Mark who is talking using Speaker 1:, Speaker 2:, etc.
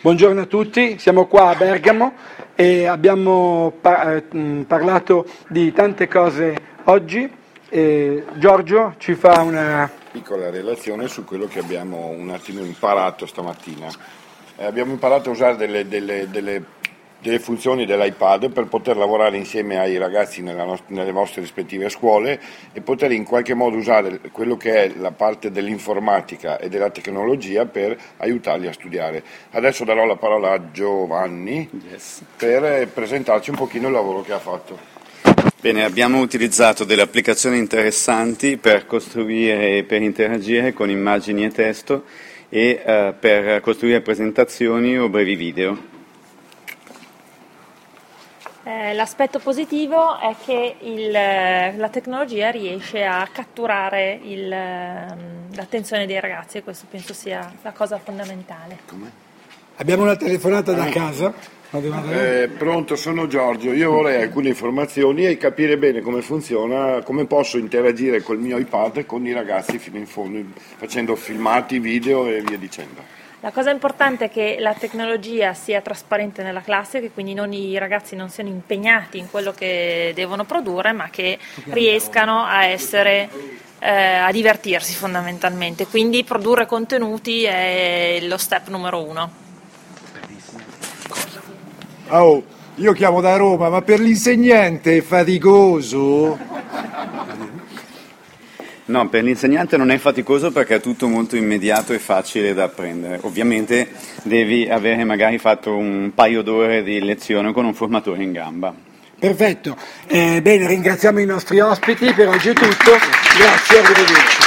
Speaker 1: Buongiorno a tutti, siamo qua a Bergamo e abbiamo parlato di tante cose oggi. Giorgio ci fa una
Speaker 2: piccola relazione su quello che abbiamo un attimo imparato stamattina. Abbiamo imparato a usare delle funzioni dell'iPad per poter lavorare insieme ai ragazzi nelle nostre rispettive scuole e poter in qualche modo usare quello che è la parte dell'informatica e della tecnologia per aiutarli a studiare. Adesso darò la parola a Giovanni per presentarci un pochino il lavoro che ha fatto.
Speaker 3: Bene, abbiamo utilizzato delle applicazioni interessanti per costruire e per interagire con immagini e testo e per costruire presentazioni o brevi video.
Speaker 4: L'aspetto positivo è che la tecnologia riesce a catturare l'attenzione dei ragazzi e questo penso sia la cosa fondamentale.
Speaker 1: Abbiamo una telefonata da casa.
Speaker 2: Pronto, sono Giorgio, io vorrei alcune informazioni e capire bene come funziona, come posso interagire col mio iPad con i ragazzi fino in fondo, facendo filmati, video e via dicendo.
Speaker 4: La cosa importante è che la tecnologia sia trasparente nella classe, che quindi i ragazzi non siano impegnati in quello che devono produrre, ma che riescano a divertirsi fondamentalmente. Quindi produrre contenuti è lo step numero 1.
Speaker 5: Oh, io chiamo da Roma, ma per l'insegnante è faticoso?
Speaker 3: No, per l'insegnante non è faticoso perché è tutto molto immediato e facile da apprendere. Ovviamente devi avere magari fatto un paio d'ore di lezione con un formatore in gamba.
Speaker 1: Perfetto, bene, ringraziamo i nostri ospiti, per oggi è tutto, grazie, arrivederci.